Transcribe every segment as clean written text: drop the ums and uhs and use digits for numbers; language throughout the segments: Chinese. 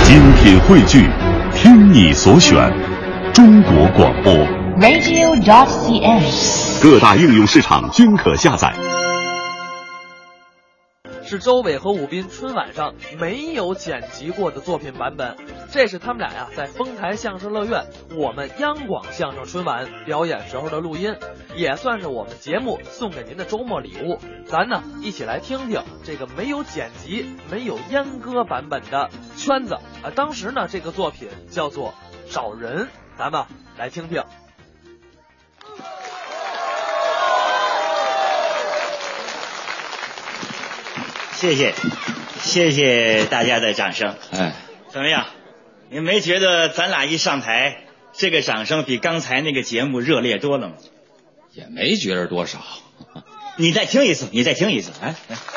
精品汇聚，听你所选，中国广播 radio.cn， 各大应用市场均可下载。 是周伟和武斌春晚上没有剪辑过的作品版本，这是他们俩在丰台相声乐苑我们央广相声春晚表演时候的录音，也算是我们节目送给您的周末礼物。咱呢一起来听听这个没有剪辑没有阉割版本的圈子当时呢这个作品叫做找人，咱们来听听。 谢谢大家的掌声。 哎， 怎么样？你没觉得咱俩一上台，这个掌声比刚才那个节目热烈多了吗？ 也没觉着多少。 你再听一次，哎，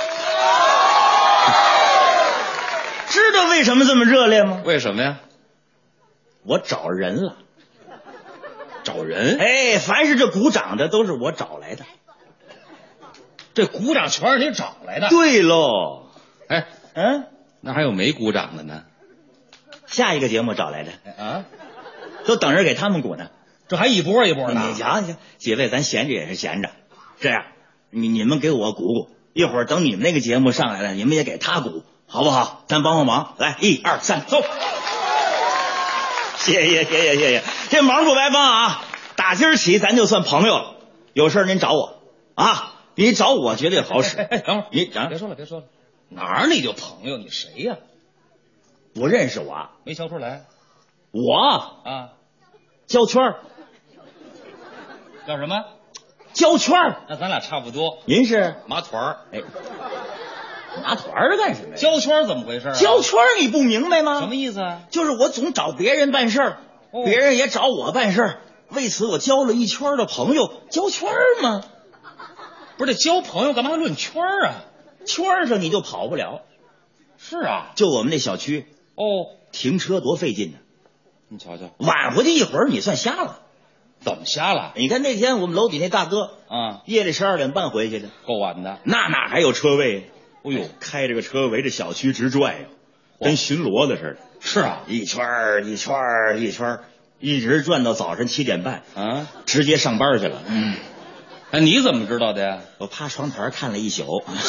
知道为什么这么热烈吗？ 为什么呀？ 我找人了。 找人？ 哎，凡是这鼓掌的都是我找来的。 这鼓掌全是你找来的？ 对喽。 哎，那还有没鼓掌的呢？ 下一个节目找来的啊， 都等着给他们鼓呢。 这还一波一波的。 你瞧瞧，几位咱闲着也是闲着，这样你们给我鼓鼓，一会儿等你们那个节目上来了，你们也给他鼓，好不好？咱帮忙，来，1、2、3，走。谢谢，这忙不白帮啊！打今儿起咱就算朋友了，有事您找我啊。你找我绝对好使。 等会儿， 你别说了，哪儿你就朋友？你谁呀？ 不认识我？ 没瞧出来。 我胶圈。 叫什么？ 胶圈。 那咱俩差不多。 您是麻团。 哎，麻团是干什么呀？ 胶圈怎么回事？ 胶圈你不明白吗？ 什么意思啊？ 就是我总找别人办事儿，别人也找我办事儿，为此我交了一圈的朋友，胶圈吗？ 不是，这交朋友干嘛还论圈啊？ 圈上你就跑不了。 是啊， 就我们那小区停车多费劲呢。 你瞧瞧， 晚回去一会儿你算瞎了。 怎么瞎了？ 你看那天我们楼底那大哥夜里12点半回去的， 够晚的。 那哪还有车位？ 哎呦， 开着个车围着小区直转呀，跟巡逻的似的。 是啊， 一圈一圈，一直转到早上7点半直接上班去了。 哎，你怎么知道的呀？ 我趴窗台看了一宿。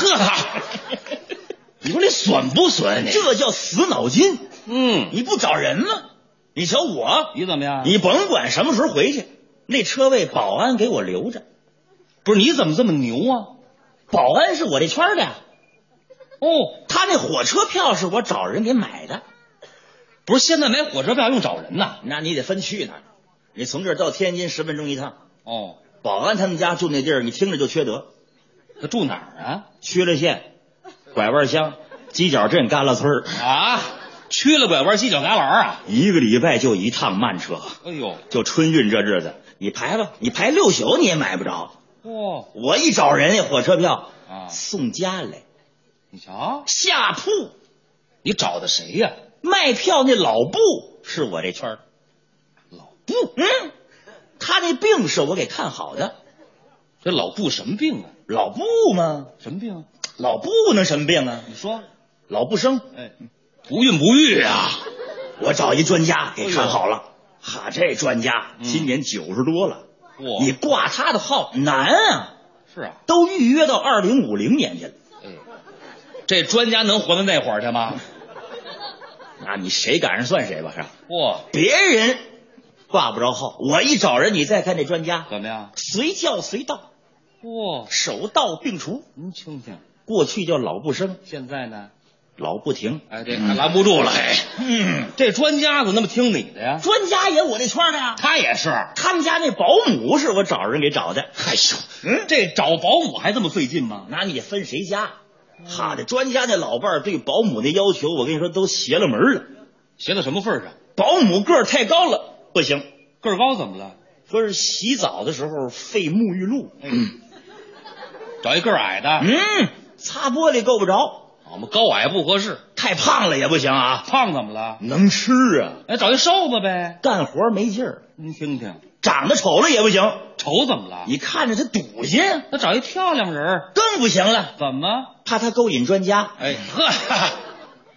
你说你损不损？ 这叫死脑筋。 你不找人吗？你瞧我， 你怎么样？ 你甭管什么时候回去，那车位保安给我留着。 不是，你怎么这么牛啊？ 保安是我这圈的呀。他那火车票是我找人给买的。 不是，现在买火车票用找人呐？ 那你得分去哪儿？你从这儿到天津10分钟一趟。保安他们家住那地儿，你听着就缺德。 他住哪儿啊？ 曲了县、拐弯乡、犄角镇、旮旯村去了拐弯犄角旮旯啊 ！1个礼拜就一趟慢车。 哎呦， 就春运这日子，你排吧，你排6宿你也买不着。我一找人火车票送家来。 你瞧， 下铺。 你找的谁呀？ 卖票那老布是我这圈。 老布？ 他那病是我给看好的。 这老布什么病啊？ 老布吗？ 什么病啊？ 老布能什么病啊？ 你说。 老不生。 不孕不育啊！ 我找一专家给看好了。这专家今年90多了。你挂他的号难啊。 是啊， 都预约到2050年去了。 这专家能活到那会儿去吗？ 那你谁赶上算谁吧，是吧？别人挂不着号，我一找人，你再看这专家怎么样？ 随叫随到。手到病除。 您听听， 过去叫老不生， 现在呢？ 老不停。 这还拦不住了。这专家怎么那么听你的呀？ 专家也我这圈的呀。 他也是。 他们家那保姆是我找人给找的。 这找保姆还这么费劲吗？ 那你得分谁家。这专家那老伴儿对保姆那要求，我跟你说都邪了门了。 邪到什么份上？ 保姆个儿太高了不行。 个儿高怎么了？ 说是洗澡的时候费沐浴露。 找一个儿矮的。 擦玻璃够不着。 我们高矮不合适。 太胖了也不行啊。 胖怎么了？ 能吃啊。 找一瘦子呗。 干活没劲儿。 您听听， 长得丑了也不行。 丑怎么了？ 你看着他堵心。 那找一漂亮人更不行了。 怎么？ 怕他勾引专家。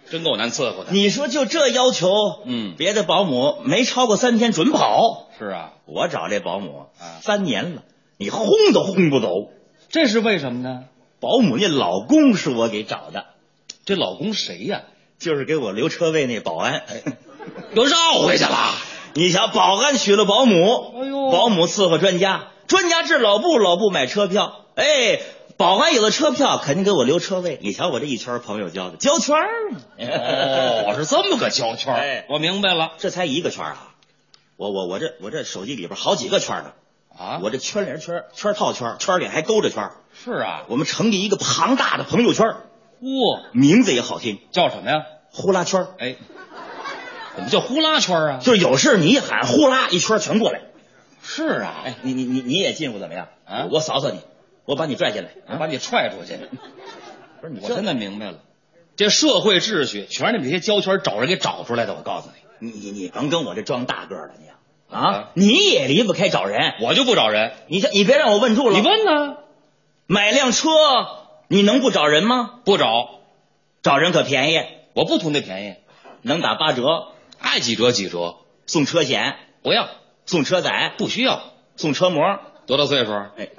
真够难伺候的。 你说就这要求，别的保姆没超过3天准跑。 是啊， 我找这保姆3年了，你轰都轰不走。 这是为什么呢？ 保姆那老公是我给找的。 这老公谁呀？ 就是给我留车位那保安。 又绕回去了。 你瞧，保安娶了保姆， 哎呦， 保姆伺候专家，专家治老布，老布买车票。哎，保安有了车票，肯定给我留车位。你瞧我这一圈朋友交的，交圈嘛。 哦，是这么个交圈。 哎， 我明白了， 这才一个圈啊。我这手机里边好几个圈呢。 啊， 我这圈连圈，圈套圈，圈里还勾着圈。 是啊， 我们成立一个庞大的朋友圈。 哇， 名字也好听， 叫什么呀？ 呼啦圈。 哎，怎么叫呼啦圈啊？ 就是有事你一喊呼啦，一圈全过来。 是啊， 哎，你也进乎怎么样啊？ 我扫扫你，我把你拽进来， 我把你踹出去。 不是你， 我真的明白了，这社会秩序全是你们这些胶圈找人给找出来的。我告诉你， 你甭跟我这装大个了，你啊，你也离不开找人， 我就不找人。 你别让我问住了。 你问呢？ 买辆车你能不找人吗？ 不找， 找人可便宜， 我不图那便宜， 能打8折， 爱几折几折。 送车险不要， 送车载不需要， 送车模。 多大岁数？ 哎，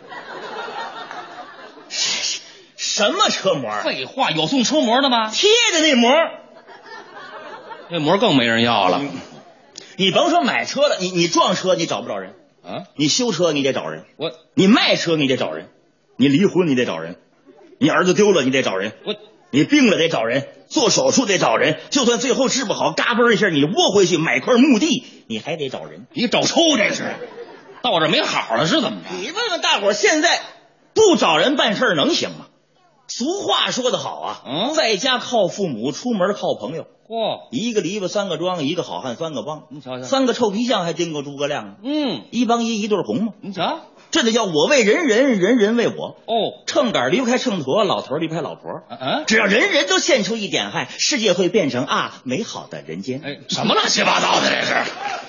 什么车模？ 废话，有送车模的吗？ 贴的那模， 那模更没人要了。 你甭说买车了，你撞车你找不着人啊， 你修车你得找人，你卖车你得找人，你离婚你得找人，你儿子丢了你得找人，你病了得找人，做手术得找人，就算最后治不好，嘎嘣一下你窝回去买块墓地，你还得找人。 你找抽这是，到这没好了是怎么着？ 你问问大伙儿，现在不找人办事能行吗？俗话说得好啊，在家靠父母，出门靠朋友。一个篱笆3个桩，一个好汉3个帮。 你瞧瞧 ，3个臭皮匠还盯过诸葛亮呢。一帮一对红嘛。 你瞧， 这得叫我为人人，人人为我。 哦， 秤杆离不开秤砣，老头离不开老婆。只要人人都献出一点汗，世界会变成美好的人间。 哎，什么乱七八糟的这是？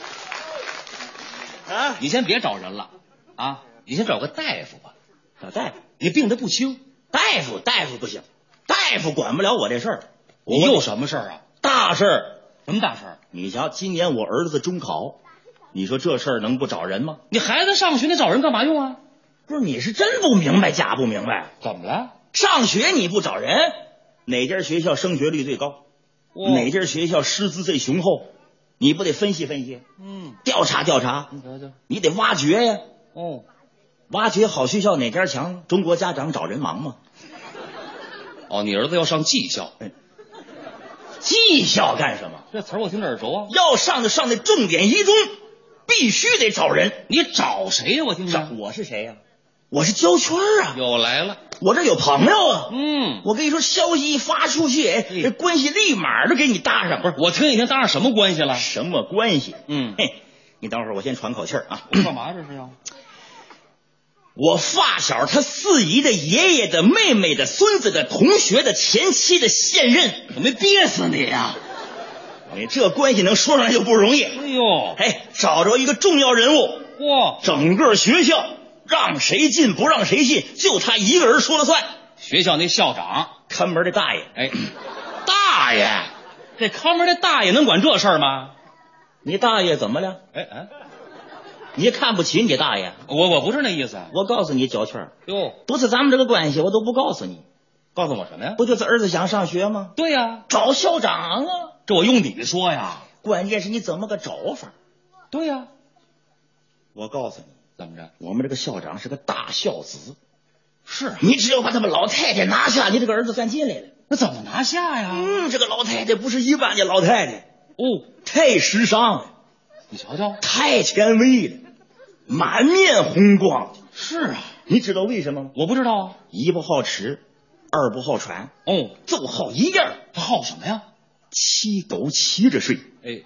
啊，你先别找人了啊，你先找个大夫吧。 找大夫？ 你病得不轻。 大夫不行，大夫管不了我这事儿。 你有什么事儿啊？ 大事儿。 什么大事儿？ 你瞧，今年我儿子中考，你说这事儿能不找人吗？ 你孩子上学，你找人干嘛用啊？ 不是，你是真不明白假不明白？ 怎么了？ 上学你不找人，哪家学校升学率最高？哪家学校师资最雄厚？你不得分析分析？调查调查。你得挖掘呀。挖掘好学校哪家强？中国家长找人忙吗？ 你儿子要上技校。 技校干什么？ 这词儿我听着耳熟啊。 要上就上那重点一中，必须得找人。 你找谁呀？我听着。 我是谁呀？我是胶圈啊。 又来了。 我这有朋友啊。我跟你说，消息一发出去，这关系立马就给你搭上。 不是，我听一听搭上什么关系了？ 什么关系？你等会儿，我先喘口气儿啊。 我干嘛这是要？ 我发小他4姨的爷爷的妹妹的孙子的同学的前妻的现任， 我没憋死你呀！ 你这关系能说上来就不容易。 哎呦， 找着一个重要人物，整个学校让谁进不让谁进，就他一个人说了算。 学校那校长， 看门的大爷。 大爷，这看门的大爷能管这事儿吗？ 你大爷怎么了？你看不起你大爷？ 我不是那意思。 我告诉你，胶圈哟， 不是咱们这个关系，我都不告诉你。 告诉我什么呀？ 不就是儿子想上学吗？ 对呀， 找校长啊。 这我用你说呀。 关键是你怎么个找法？ 对呀， 我告诉你， 怎么着？ 我们这个校长是个大孝子。 是啊， 你只要把他们老太太拿下，你这个儿子算进来了。 那怎么拿下呀？ 这个老太太不是一般的老太太。太时尚了。 你瞧瞧， 太前卫了，满面红光。 是啊， 你知道为什么吗？ 我不知道啊。 一不好吃，二不好穿，就好一样。 他好什么呀？ 骑狗骑着睡。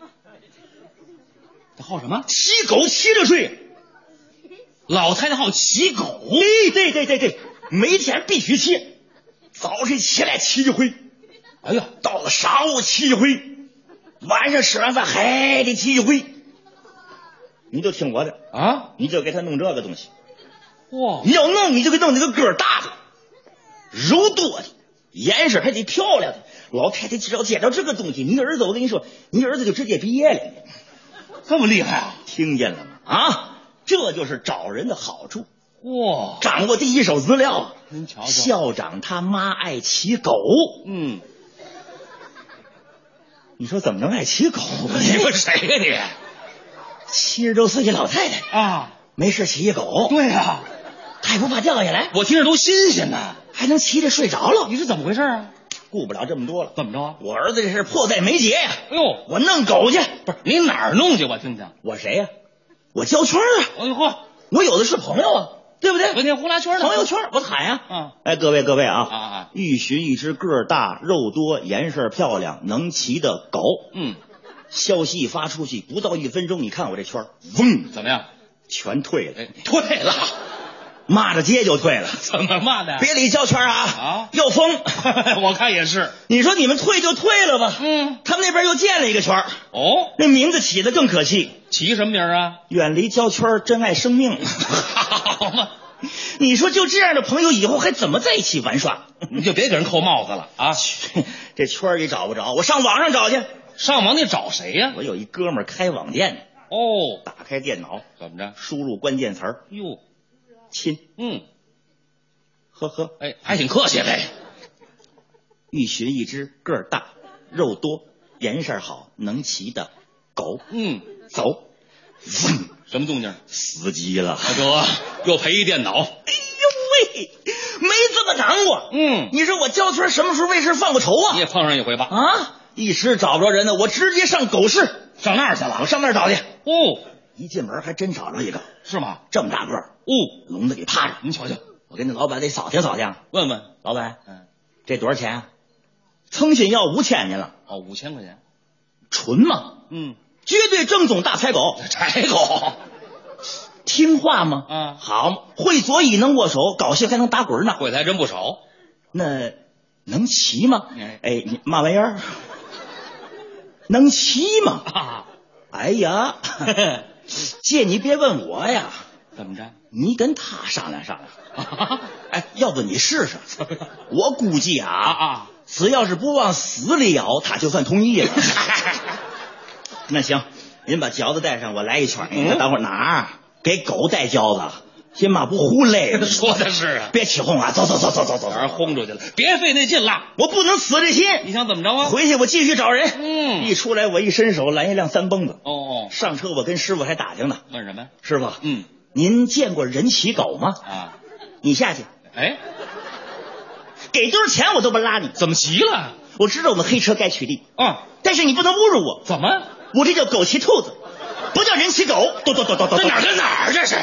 他好什么？ 骑狗骑着睡。 老太太好骑狗。 对，每天必须骑。早晨起来骑一回，到了晌午骑一回，晚上吃完饭还得骑一回。你就听我的啊！你就给他弄这个东西。你要弄你就给弄那个个大的、肉多的，颜色还得漂亮的。 老太太只要捡到这个东西，你儿子，我跟你说，你儿子就直接毕业了。 这么厉害啊？ 听见了吗？啊，这就是找人的好处。 哇， 掌握第一手资料。 您瞧瞧， 校长他妈爱骑狗。 嗯， 你说怎么能爱骑狗？ 你问谁呀 70多岁一老太太啊， 没事骑一狗。 对呀， 还不怕掉下来？ 我听着都新鲜呢。 还能骑着睡着了？ 你是怎么回事啊？ 顾不了这么多了。 怎么着啊？ 我儿子这事迫在眉睫呀。 哎呦， 我弄狗去。 不是你哪儿弄去？我听听。 我谁呀？我交圈啊。 哎呦呵， 我有的是朋友啊，对不对？ 文天呼啦圈呢？ 朋友圈我喊呀。 嗯。 哎，各位啊！ 欲寻一只个儿大、肉多、颜色漂亮、能骑的狗。 嗯。 消息一发出去，不到1分钟，你看我这圈，嗡， 怎么样？ 全退了。 哎，退了。 骂着街就退了。 怎么骂的？ 别理交圈啊！ 啊， 要疯！ 我看也是。 你说你们退就退了吧。 嗯， 他们那边又建了一个圈。 哦， 那名字起的更可气。 起什么名啊？ 远离交圈，珍爱生命。 好嘛， 你说就这样的朋友，以后还怎么在一起玩耍？ 你就别给人扣帽子了啊！ 这圈里找不着，我上网上找去。 上网你找谁呀？ 我有一哥们儿开网店的。 哦， 打开电脑， 怎么着？ 输入关键词儿。 哟， 亲，呵呵， 哎，还挺客气呗。 欲寻一只个儿大、肉多、颜色好、能骑的狗。走。嗡， 什么动静？ 死机了。 得，又赔一电脑。 哎呦喂，没这么难过。你说我交圈什么时候为事犯过愁啊？ 你也碰上一回吧？ 啊，一时找不着人呢，我直接上狗市。 上那儿去了？ 我上那儿找去。 哦， 一进门还真找着一个。 是吗？ 这么大个儿。笼子里趴着。 您瞧瞧， 我跟那老板得扫听扫听， 问问老板，这多少钱啊？腾讯要5000去了。 哦，5000块钱， 纯吗？绝对正宗大柴狗。 柴狗， 听话吗？好，会左椅能握手，高兴还能打滚呢。 会的还真不少。 那能骑吗？哎，你嘛玩意儿？能骑吗？哎呀，姐你别问我呀。 怎么着？ 你跟他商量商量。哎，要不你试试？我估计只要是不往死里咬，他就算同意了。那行，您把饺子带上，我来一圈。等会儿哪儿给狗带饺子？先把不胡累。 说的是啊， 别起哄啊！走， 让人轰出去了，别费那劲了。 我不能死这心。 你想怎么着啊？ 回去我继续找人。一出来我一伸手拦一辆3蹦子。 哦， 上车我跟师傅还打听呢。 问什么？ 师傅，您见过人骑狗吗？你下去。 哎， 给多少钱我都不拉你。 怎么急了？ 我知道我们黑车该取缔但是你不能侮辱我。 怎么？ 我这叫狗骑兔子，不叫人骑狗。 这哪儿跟哪儿这是？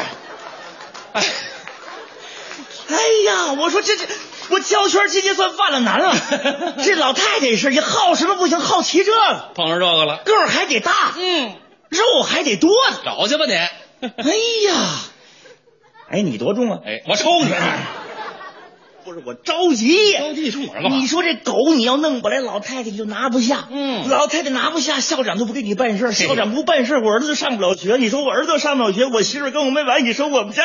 哎呀，我说这我交圈今天算犯了难了。这老太太是也好什么不行，好骑这个， 碰上这个了， 个儿还得大，肉还得多呢。 找去吧你。 哎呀，哎你多重啊？ 哎，我抽你。 不是我着急呀， 着急冲哪儿干嘛？ 你说这狗你要弄不来，老太太就拿不下。老太太拿不下，校长都不给你办事，校长不办事，我儿子就上不了学。你说我儿子上不了学，我媳妇跟我没完。你说我们家，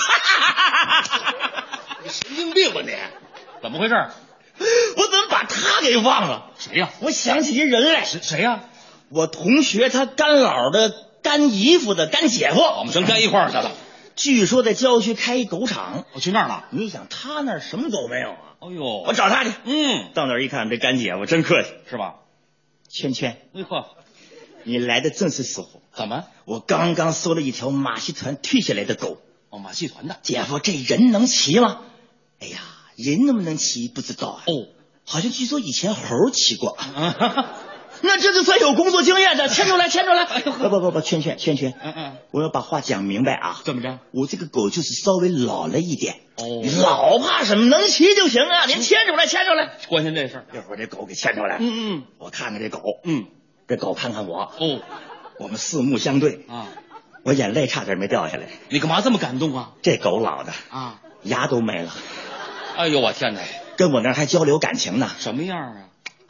你神经病吧你？怎么回事？ 我怎么把他给忘了？ 谁呀？ 我想起一人来。 谁呀？ 我同学他干姥的干姨夫的干姐夫， 我们全干一块儿去了。 据说在郊区开一狗场。 我去那儿了。 你想他那儿什么狗没有啊？ 哎呦， 我找他去。到那儿一看，这干姐夫真客气， 是吧？ 圈， 哎呵， 你来的真是时候。 怎么？ 我刚刚收了一条马戏团退下来的狗。 马戏团的。 姐夫，这人能骑吗？哎呀，人能不能骑不知道好像据说以前猴骑过。那这就算有工作经验的，牵出来。不，圈。我要把话讲明白啊。 怎么着？ 我这个狗就是稍微老了一点。老怕什么？能骑就行啊！您牵出来。 关心这事儿， 一会儿这狗给牵出来。我看看这狗。这狗看看我。我们四目相对我眼泪差点没掉下来。 你干嘛这么感动啊？ 这狗老的牙都没了。 哎呦我天哪！ 跟我那儿还交流感情呢。 什么样啊？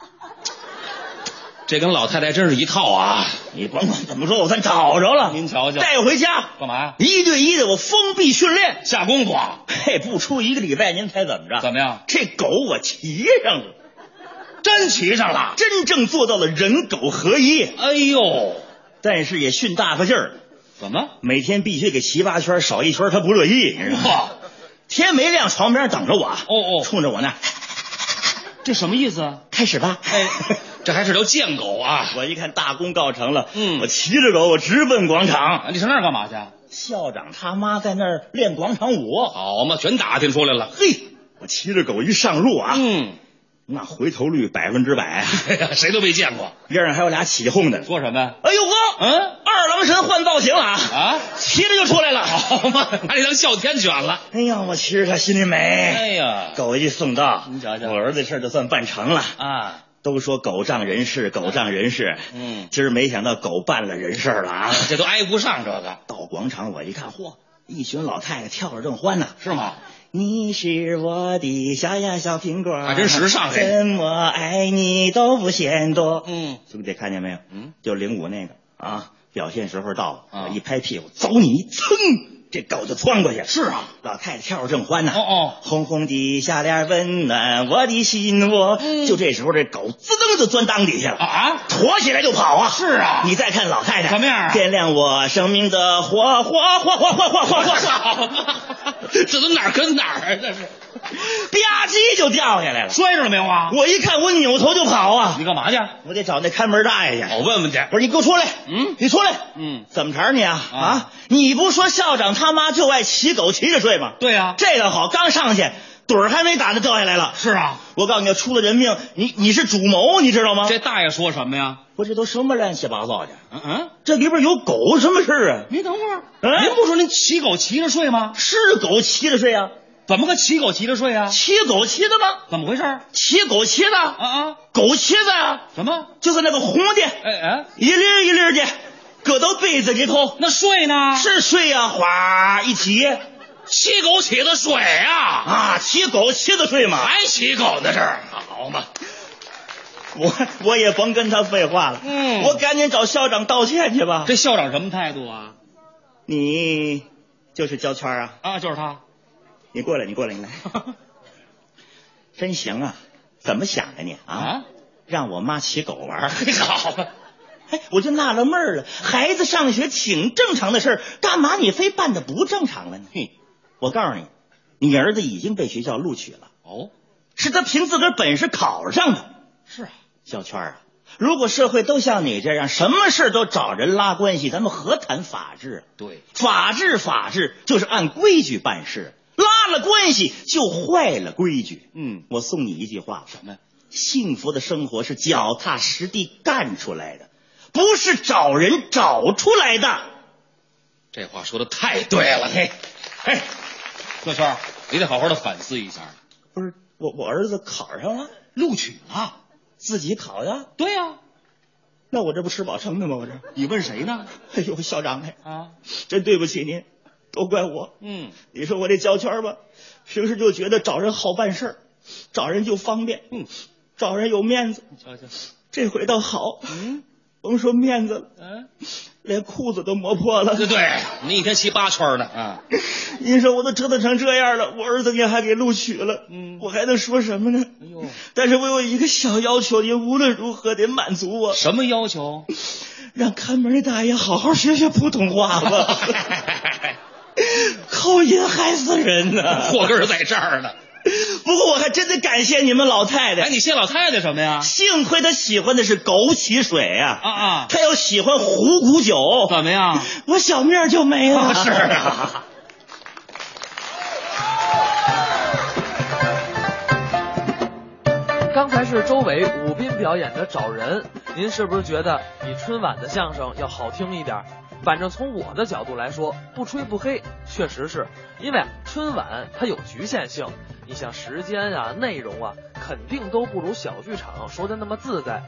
这跟老太太真是一套啊！ 你甭管怎么说，我算找着了。 您瞧瞧， 带回家干嘛呀 ？1对1的我封闭训练， 下功夫。 嘿，不出1个礼拜，您猜怎么着？ 怎么样？ 这狗我骑上了。 真骑上了， 真正做到了人狗合一。 哎呦， 但是也训大发劲儿， 怎么？ 每天必须给骑8圈，少1圈他不乐意。 哇， 天没亮，床边等着我。 哦， 冲着我那， 这什么意思啊？ 开始吧。 哎，这还是条贱狗啊！ 我一看大功告成了，我骑着狗，我直奔广场。 你上那儿干嘛去？ 校长他妈在那儿练广场舞。 好嘛，全打听出来了。 嘿，我骑着狗一上路啊，那回头率100%。 哎呀，谁都没见过。 边上还有俩起哄的， 说什么呀？ 哎呦哥，二郎神换造型了啊！骑着就出来了， 好嘛，拿你当哮天犬了。 哎呀，我骑着它心里美。 哎呀， 狗一送到， 你瞧瞧， 我儿子事就算办成了啊。 都说狗仗人势，狗仗人势。今儿没想到狗办了人事了啊！ 这都挨不上这个。 到广场我一看，嚯，一群老太太跳着正欢呢。 是吗？ 你是我的小呀小苹果， 还真时尚。 怎么爱你都不嫌多。兄弟看见没有？就05那个啊，表现时候到了，我一拍屁股，走你，噌，这狗就窜过去。 是啊， 老太太跳着正欢呢。 红红的下脸温暖我的心窝。就这时候，这狗滋噔就钻裆底下了啊，驮起来就跑啊。是啊，你再看老太太什么样？ 点亮我生命的火。 这都哪儿跟哪儿啊？这是， 吧唧就掉下来了， 摔着了没有啊？ 我一看，我扭头就跑啊！ 你干嘛去？ 我得找那看门大爷去。 我问问去。 不是你给我出来！你出来！怎么着你啊？你不说校长他妈就爱骑狗骑着睡吗？ 对呀， 这个好，刚上去盹儿还没打就掉下来了。 是啊， 我告诉你，出了人命，你是主谋，你知道吗？ 这大爷说什么呀？ 不，这都什么乱七八糟的？这里边有狗什么事啊？ 您等会儿，您不说您骑狗骑着睡吗？ 是狗骑着睡啊。 怎么个骑狗骑着睡啊？ 骑狗骑的吗？ 怎么回事？ 骑狗骑的狗骑的啊？ 什么？ 就是那个红的，一粒一粒的，搁到杯子里头。 那睡呢？ 是睡啊，哗一起， 骑狗骑的睡啊！ 骑狗骑的睡嘛？ 还骑狗呢？这儿好嘛？ 我也甭跟他废话了，我赶紧找校长道歉去吧。 这校长什么态度啊？ 你就是焦圈啊？ 就是他。 你过来，你来，真行啊！怎么想的你啊？让我妈骑狗玩， 好吧？ 我就纳了闷了，孩子上学挺正常的事儿，干嘛你非办的不正常了呢？我告诉你，你儿子已经被学校录取了。是他凭自个儿本事考上的。 是啊， 小圈啊，如果社会都像你这样，什么事都找人拉关系，咱们何谈法治？ 对， 法治就是按规矩办事，拉了关系就坏了规矩。我送你一句话， 什么呀？ 幸福的生活是脚踏实地干出来的，不是找人找出来的。 这话说的太对了。小圈，你得好好的反思一下。 不是我儿子考上了， 录取了， 自己考的。 对呀， 那我这不吃饱撑的吗？我这你问谁呢？ 哎呦，校长真对不起您，都怪我。你说我这焦圈吧，平时就觉得找人好办事，找人就方便，找人有面子。 瞧瞧， 这回倒好，甭说面子了，连裤子都磨破了。 对，你一天骑8圈呢。 您说我都折腾成这样了，我儿子也还给录取了，我还能说什么呢？但是我有一个小要求，您无论如何得满足我。 什么要求？ 让看门的大爷好好学学普通话吧。口音害死人呢， 祸根在这儿呢。 不过我还真得感谢你们老太太。 你谢老太太什么呀？ 幸亏她喜欢的是枸杞水啊！ 她要喜欢虎骨酒， 怎么样？ 我小命就没了。 是啊。 刚才是周伟、武斌表演的找人，您是不是觉得比春晚的相声要好听一点？反正从我的角度来说，不吹不黑，确实是因为春晚它有局限性，你像时间啊、内容啊，肯定都不如小剧场说的那么自在。